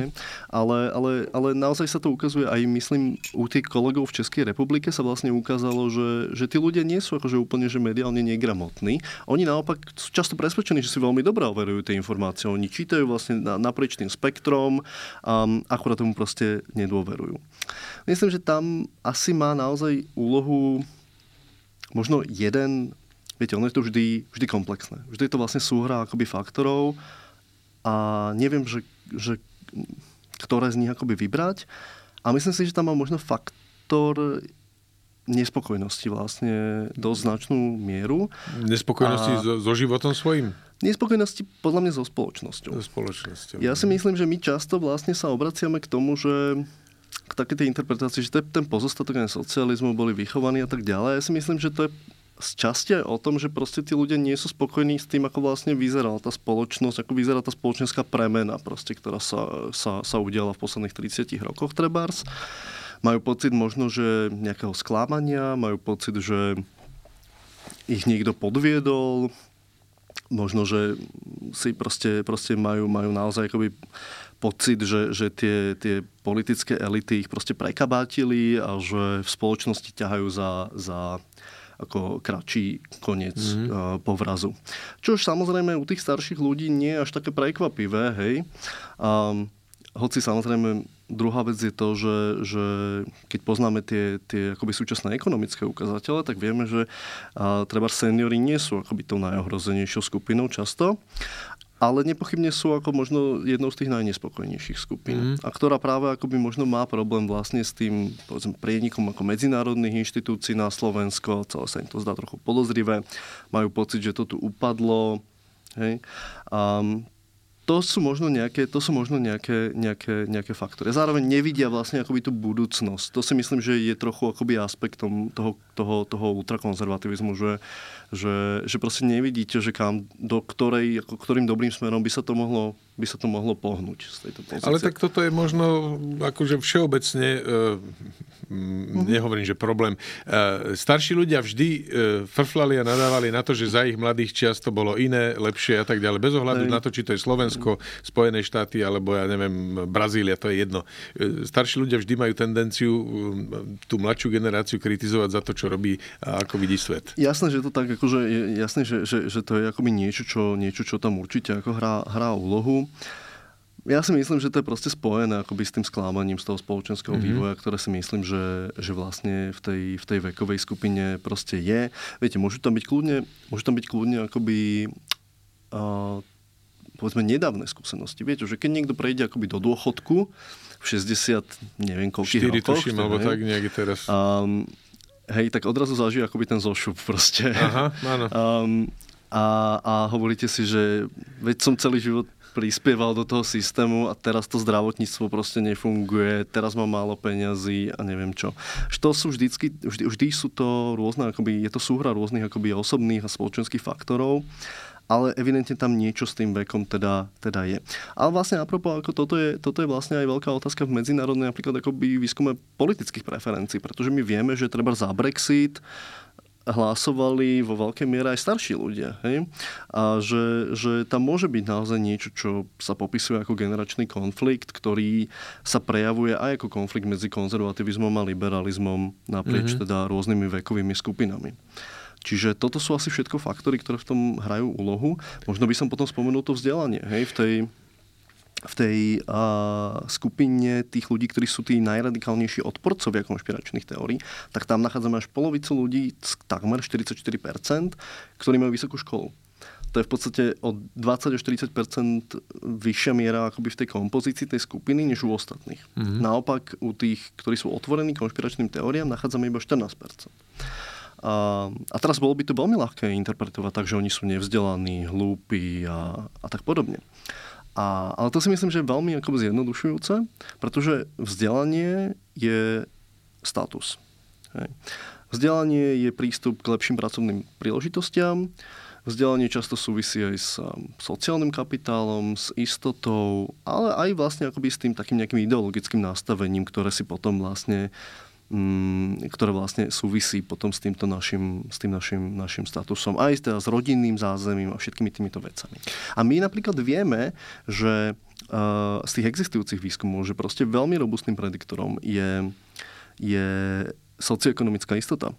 Ale naozaj sa to ukazuje aj, myslím, u tých kolegov v Českej republike sa vlastne ukázalo, že tí ľudia nie sú akože úplne že mediálne negramotní. Oni naopak sú často presvedčení, že si veľmi dobre overujú tie informácie. Oni čítajú vlastne naprieč tým spektrom a akurát tomu proste nedôverujú. Myslím, že tam asi má naozaj úlohu možno jeden, viete, ono je to vždy komplexné. Vždy je to vlastne súhra akoby faktorov, a neviem, že ktoré z nich akoby vybrať. A myslím si, že tam má možno faktor nespokojnosti vlastne dosť značnú mieru. Nespokojnosti so životom svojím? Nespokojnosti podľa mňa so spoločnosťou. Ja si myslím, že my často vlastne sa obraciame k tomu, že k takej tej interpretácii, že ten pozostatok socializmu boli vychovaní a tak ďalej. Ja si myslím, že to je z časti aj o tom, že proste tí ľudia nie sú spokojní s tým, ako vlastne vyzerala tá spoločnosť, ako vyzerá tá spoločenská premena, proste, ktorá sa udiala v posledných 30 rokoch trebárs. Majú pocit možno, že nejakého sklamania, majú pocit, že ich niekto podviedol, možno, že si proste majú naozaj akoby pocit, že tie politické elity ich proste prekabátili a že v spoločnosti ťahajú za ako kratší koniec povrazu. Čo už samozrejme u tých starších ľudí nie je až také prekvapivé, hej. Hoci samozrejme druhá vec je to, že keď poznáme tie akoby súčasné ekonomické ukazatele, tak vieme, že treba seniori nie sú akoby tou najohrozenejšou skupinou často, ale nepochybne sú ako možno jednou z tých najnespokojnejších skupín. A ktorá práve akoby možno má problém vlastne s tým, povedzme, prienikom ako medzinárodných inštitúcií na Slovensko, celé sa im to zdá trochu podozrivé, majú pocit, že to tu upadlo. Hej. To sú možno nejaké faktory. Zároveň nevidia vlastne akoby tú budúcnosť. To si myslím, že je trochu akoby aspektom toho ultrakonzervativizmu, že proste nevidíte, že ktorým dobrým smerom by sa to mohlo pohnúť z tejto pozície. Ale tak toto je možno akože všeobecne nehovorím, že problém. Starší ľudia vždy frflali a nadávali na to, že za ich mladých čias to bolo iné, lepšie a tak ďalej. Bez ohľadu na to, či to je Slovensko, Spojené štáty, alebo ja neviem, Brazília, to je jedno. Starší ľudia vždy majú tendenciu tú mladšiu generáciu kritizovať za to, čo robí a ako vidí svet. Jasné, že to tak, akože jasné, že to je akoby niečo, čo tam určite ako hrá úlohu. Ja si myslím, že to je proste spojené akoby s tým sklamaním z toho spoločenského vývoja, ktoré si myslím, že vlastne v tej vekovej skupine proste je. Viete, môžu tam byť kľudne akoby povedzme nedávne skúsenosti. Viete, že keď niekto prejde akoby do dôchodku v 60, neviem koľkých rokoch. 4 tuším, alebo tak niekde teraz. Hej, tak odrazu zažije akoby ten zošup proste. Aha, áno. A hovoríte si, že veď som celý život prispieval do toho systému a teraz to zdravotníctvo proste nefunguje, teraz mám málo peňazí a neviem čo. To sú vždy sú to rôzne, akoby, je to súhra rôznych akoby osobných a spoločenských faktorov, ale evidentne tam niečo s tým vekom teda je. Ale vlastne apropos, ako toto je vlastne aj veľká otázka v medzinárodnej napríklad akoby výskume politických preferencií, pretože my vieme, že treba za Brexit hlasovali vo veľkej miere aj starší ľudia. Hej? A že tam môže byť naozaj niečo, čo sa popisuje ako generačný konflikt, ktorý sa prejavuje aj ako konflikt medzi konzervativizmom a liberalizmom naprieč teda rôznymi vekovými skupinami. Čiže toto sú asi všetko faktory, ktoré v tom hrajú úlohu. Možno by som potom spomenul to vzdelanie. Hej? V tej skupine tých ľudí, ktorí sú tí najradikálnejší odporcovia konšpiračných teórií, tak tam nachádzame až polovicu ľudí, takmer 44%, ktorí majú vysokú školu. To je v podstate od 20 až 40% vyššia miera akoby v tej kompozícii tej skupiny, než u ostatných. Naopak u tých, ktorí sú otvorení konšpiračným teóriám, nachádzame iba 14%. A teraz bolo by to veľmi ľahké interpretovať tak, že oni sú nevzdelaní, hlúpi a tak podobne. Ale to si myslím, že je veľmi akoby zjednodušujúce, pretože vzdelanie je status. Hej. Vzdelanie je prístup k lepším pracovným príležitostiam. Vzdelanie často súvisí aj s sociálnym kapitálom, s istotou, ale aj vlastne akoby s tým takým nejakým ideologickým nastavením, ktoré si potom vlastne ktoré vlastne súvisí potom s tým našim statusom, aj teda s rodinným zázemím a všetkými týmito vecami. A my napríklad vieme, že z tých existujúcich výskumov, že proste veľmi robustným prediktorom je socioekonomická istota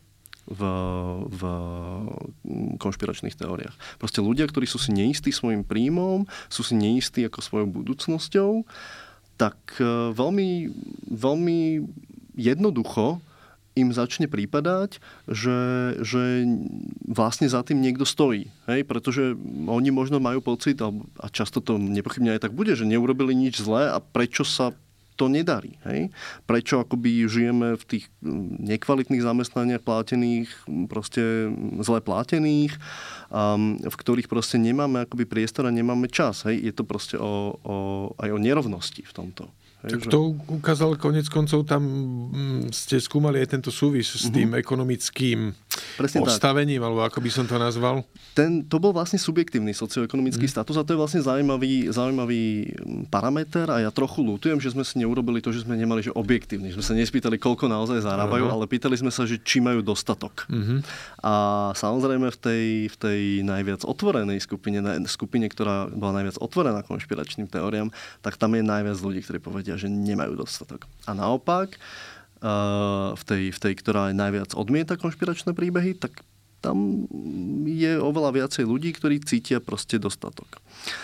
v konšpiračných teóriách. Proste ľudia, ktorí sú si neistí svojim príjmom, sú si neistí ako svojou budúcnosťou, tak veľmi, veľmi jednoducho im začne prípadať, že vlastne za tým niekto stojí. Hej? Pretože oni možno majú pocit, a často to nepochybne aj tak bude, že neurobili nič zlé a prečo sa to nedarí. Hej? Prečo akoby žijeme v tých nekvalitných zamestnaniach plátených, proste zle plátených, v ktorých proste nemáme akoby priestor a nemáme čas. Hej? Je to proste aj o nerovnosti v tomto. Tak to ukázal konec koncov, tam ste skúmali aj tento súvis s tým ekonomickým postavením, alebo ako by som to nazval? To bol vlastne subjektívny socioekonomický status a to je vlastne zaujímavý parameter a ja trochu ľutujem, že sme si neurobili to, že sme nemali, že objektívny. Že sme sa nespýtali, koľko naozaj zarábajú, ale pýtali sme sa, že či majú dostatok. A samozrejme v tej najviac otvorenej skupine, ktorá bola najviac otvorená konšpiračným teóriám, tak tam je najviac ľudí, ktorí povedia, že nemajú dostatok. A naopak, v tej, ktorá najviac odmieta konšpiračné príbehy, tak tam je oveľa viacej ľudí, ktorí cítia proste dostatok.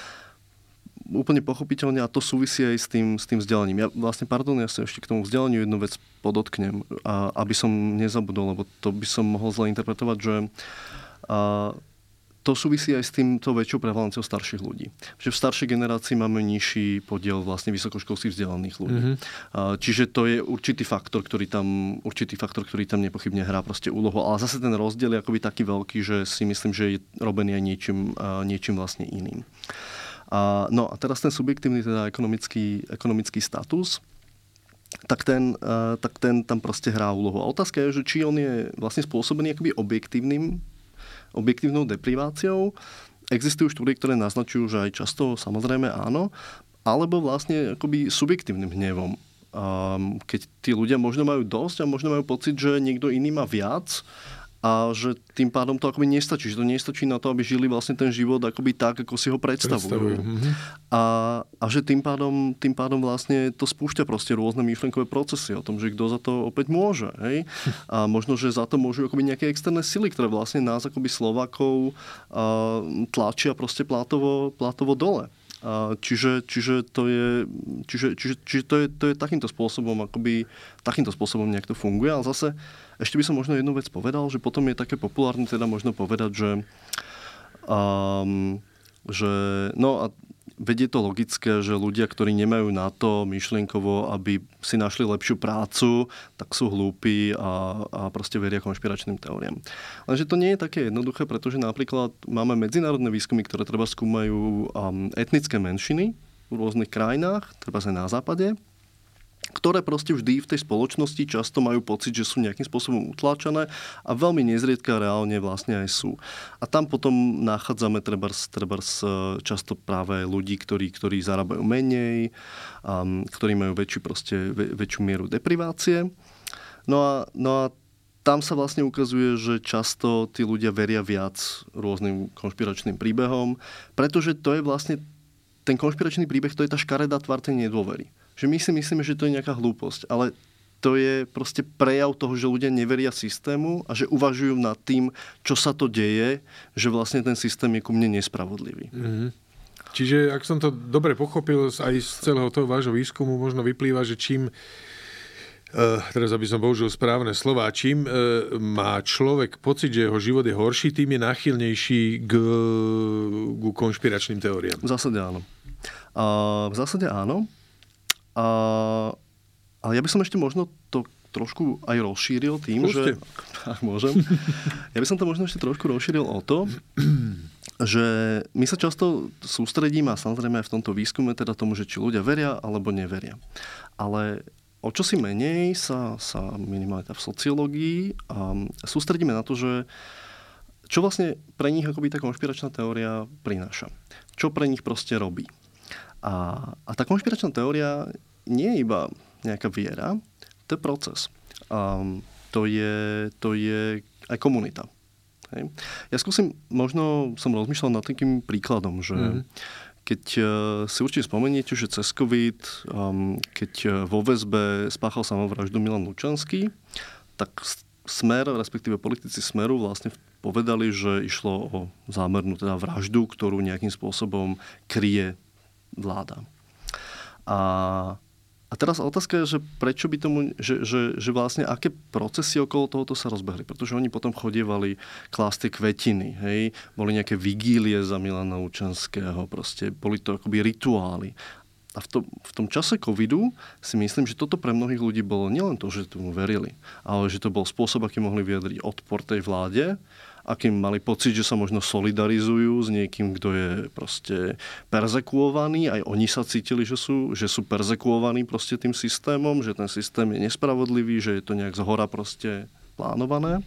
Úplne pochopiteľne, a to súvisí aj s tým vzdelaním. Ja sa ešte k tomu vzdelaniu jednu vec podotknem, aby som nezabudol, lebo to by som mohol zle interpretovať, že to súvisí aj s týmto väčšou prevalenciou starších ľudí. Že v staršej generácii máme nižší podiel vlastne vysokoškolských vzdelaných ľudí. Čiže to je určitý faktor, ktorý tam nepochybne hrá proste úlohu. Ale zase ten rozdiel je akoby taký veľký, že si myslím, že je robený aj niečím vlastne iným. No a teraz ten subjektívny, teda ekonomický status, tak ten tam proste hrá úlohu. A otázka je, že či on je vlastne spôsobený akoby objektívnou depriváciou. Existujú štúdie, ktoré naznačujú, že aj často samozrejme áno, alebo vlastne akoby subjektívnym hnevom. Keď tí ľudia možno majú dosť a možno majú pocit, že niekto iný má viac a že tým pádom to akoby nestačí. Že to nestačí na to, aby žili vlastne ten život akoby tak, ako si ho predstavujú. A že tým pádom vlastne to spúšťa proste rôzne myšlenkové procesy o tom, že kto za to opäť môže. Hej? A možno, že za to môžu akoby nejaké externé sily, ktoré vlastne nás akoby Slovákov tlačia proste plátovo dole. Čiže to je takýmto spôsobom, takýmto spôsobom nejak to funguje. Ale zase ešte by som možno jednu vec povedal, že potom je také populárne teda možno povedať, že no a veď je to logické, že ľudia, ktorí nemajú na to myšlienkovo, aby si našli lepšiu prácu, tak sú hlúpi a proste veria konšpiračným teóriám. Lenže to nie je také jednoduché, pretože napríklad máme medzinárodné výskumy, ktoré treba skúmajú etnické menšiny v rôznych krajinách, treba aj na západe, ktoré proste vždy v tej spoločnosti často majú pocit, že sú nejakým spôsobom utláčané a veľmi nezriedka reálne vlastne aj sú. A tam potom nachádzame trebárs často práve ľudí, ktorí zarábajú menej, ktorí majú väčšiu mieru deprivácie. No a tam sa vlastne ukazuje, že často tí ľudia veria viac rôznym konšpiračným príbehom, pretože to je vlastne ten konšpiračný príbeh, to je tá škaredá tvár tej nedôvery. Že my si myslíme, že to je nejaká hlúposť, ale to je proste prejav toho, že ľudia neveria systému a že uvažujú nad tým, čo sa to deje, že vlastne ten systém je ku mne nespravodlivý. Mm-hmm. Čiže, ak som to dobre pochopil, aj z celého toho vášho výskumu možno vyplýva, že čím, teraz aby som použil správne slova, čím má človek pocit, že jeho život je horší, tým je náchylnejší k konšpiračným teóriám. V zásade áno. Ale ja by som ešte možno to trošku aj rozšíril tým, že... Ak môžem. Ja by som to možno ešte trošku rozšíril o to, že my sa často sústredíme, a samozrejme aj v tomto výskume, teda tomu, že či ľudia veria alebo neveria. Ale o čosi menej sa minimálne v sociológii sústredíme na to, že čo vlastne pre nich akoby tá konšpiračná teória prináša. Čo pre nich proste robí. A tá konšpiračná teória nie je iba nejaká viera, to je proces. To je aj komunita. Hej. Ja skúsim, možno som rozmýšľal nad takým príkladom, že keď si určite spomeniete, že cez COVID, keď vo väzbe spáchal samovraždu Milan Lučanský, tak Smer, respektíve politici Smeru vlastne povedali, že išlo o zámernú teda vraždu, ktorú nejakým spôsobom kryje vláda. A teraz otázka je, že prečo by tomu, že vlastne aké procesy okolo tohoto sa rozbehli. Pretože oni potom chodievali klásť tie kvetiny, hej. Boli nejaké vigílie za Milana Lučanského, proste boli to akoby rituály. A v tom čase covidu si myslím, že toto pre mnohých ľudí bolo nielen to, že tomu verili, ale že to bol spôsob, aký mohli vyjadriť odpor tej vláde, akým mali pocit, že sa možno solidarizujú s niekým, kto je proste perzekuovaný. Aj oni sa cítili, že sú perzekuovaní proste tým systémom, že ten systém je nespravodlivý, že je to nejak zhora proste plánované.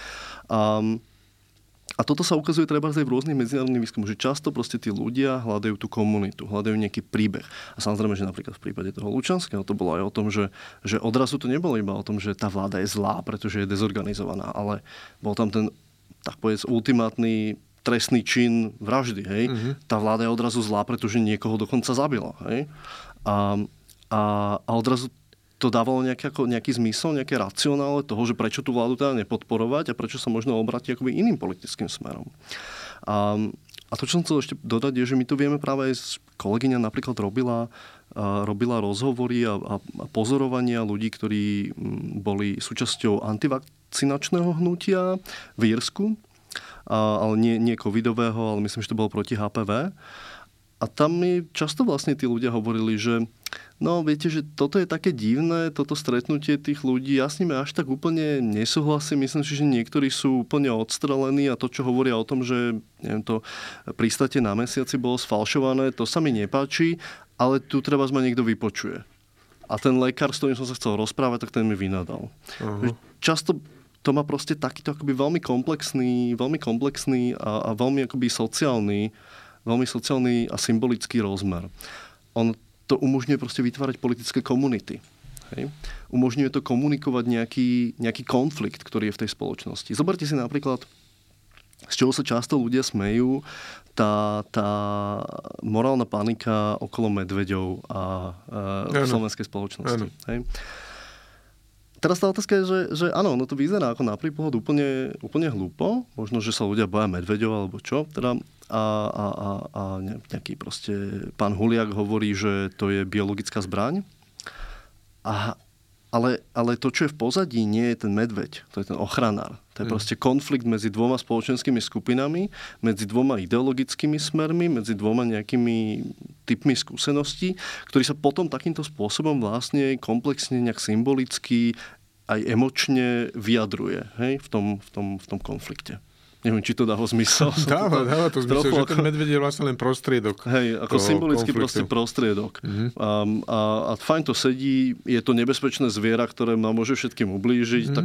A toto sa ukazuje treba aj v rôznych medzinárodných výskumoch, že často proste tí ľudia hľadajú tú komunitu, hľadajú nejaký príbeh. A samozrejme, že napríklad v prípade toho Lučanského to bolo aj o tom, že odrazu to nebolo iba o tom, že tá vláda je zlá, pretože je dezorganizovaná, ale bol tam ten, tak povedz, ultimátny trestný čin vraždy. Hej? Mm-hmm. Tá vláda je odrazu zlá, pretože niekoho dokonca zabila. Hej? A odrazu to dávalo nejaký zmysel, nejaké racionále toho, že prečo tú vládu teda nepodporovať a prečo sa možno obrátiť akoby iným politickým smerom. A to, čo som chcel ešte dodať, je, že my tu vieme práve aj kolegyňa napríklad robila rozhovory a pozorovania ľudí, ktorí boli súčasťou antivakcinačného hnutia v Írsku, ale nie covidového, ale myslím, že to bolo proti HPV. A tam mi často vlastne tí ľudia hovorili, že no viete, že toto je také divné, toto stretnutie tých ľudí, ja s nimi až tak úplne nesúhlasím, myslím si, že niektorí sú úplne odstrelení a to, čo hovoria o tom, že neviem, to pristátie na mesiaci bolo sfalšované, to sa mi nepáči, ale tu treba ma niekto vypočuje. A ten lekár, s ktorým som sa chcel rozprávať, tak ten mi vynadal. Uh-huh. Často to má proste takýto akoby veľmi komplexný a veľmi akoby veľmi sociálny a symbolický rozmer. On to umožňuje proste vytvárať politické komunity. Hej? Umožňuje to komunikovať nejaký konflikt, ktorý je v tej spoločnosti. Zoberte si napríklad, z čoho sa často ľudia smejú, tá morálna panika okolo medveďov a v slovenskej spoločnosti. Hej? Teraz tá otázka je, že áno, no to vyzerá ako na prvý pohľad úplne hlúpo. Možno, že sa ľudia boja medveďov alebo čo. Teda, a nejaký proste pán Huliak hovorí, že to je biologická zbraň. Ale to, čo je v pozadí, nie je ten medveď, to je ten ochranár. To je proste konflikt medzi dvoma spoločenskými skupinami, medzi dvoma ideologickými smermi, medzi dvoma nejakými typmi skúseností, ktorý sa potom takýmto spôsobom vlastne komplexne nejak symbolicky aj emočne vyjadruje, hej, v tom konflikte. Neviem, či to dáva zmysel. Dáva to zmysel, že ten medveď je vlastne len prostriedok. Hej, ako symbolický proste prostriedok. A fajn to sedí, je to nebezpečné zviera, ktoré nám môže všetkým ublížiť. Tak...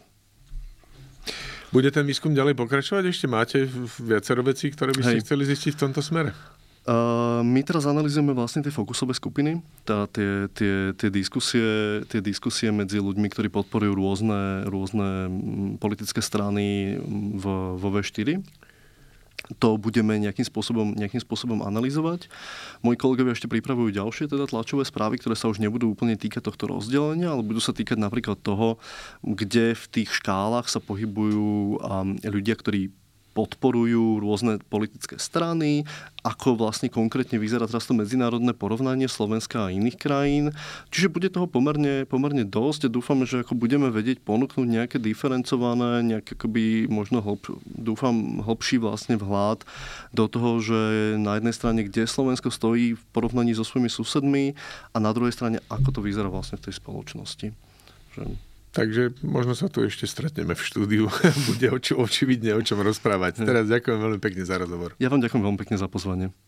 Bude ten výskum ďalej pokračovať? Ešte máte viacero vecí, ktoré by ste chceli zistiť v tomto smere? My teraz analyzujeme vlastne tie fokusové skupiny, tie diskusie medzi ľuďmi, ktorí podporujú rôzne politické strany vo V4. To budeme nejakým spôsobom analyzovať. Moji kolegovia ešte pripravujú ďalšie tlačové správy, ktoré sa už nebudú úplne týkať tohto rozdelenia, ale budú sa týkať napríklad toho, kde v tých škálach sa pohybujú ľudia, ktorí podporujú rôzne politické strany, ako vlastne konkrétne vyzerá teraz to medzinárodné porovnanie Slovenska a iných krajín. Čiže bude toho pomerne dosť a dúfame, že ako budeme vedieť ponúknuť nejaké diferencované, nejaké akoby možno hlbší vlastne vhľad do toho, že na jednej strane, kde Slovensko stojí v porovnaní so svojimi susedmi a na druhej strane, ako to vyzerá vlastne v tej spoločnosti. Takže možno sa tu ešte stretneme v štúdiu. Bude očividne o čom rozprávať. Teraz ďakujem veľmi pekne za rozhovor. Ja vám ďakujem veľmi pekne za pozvanie.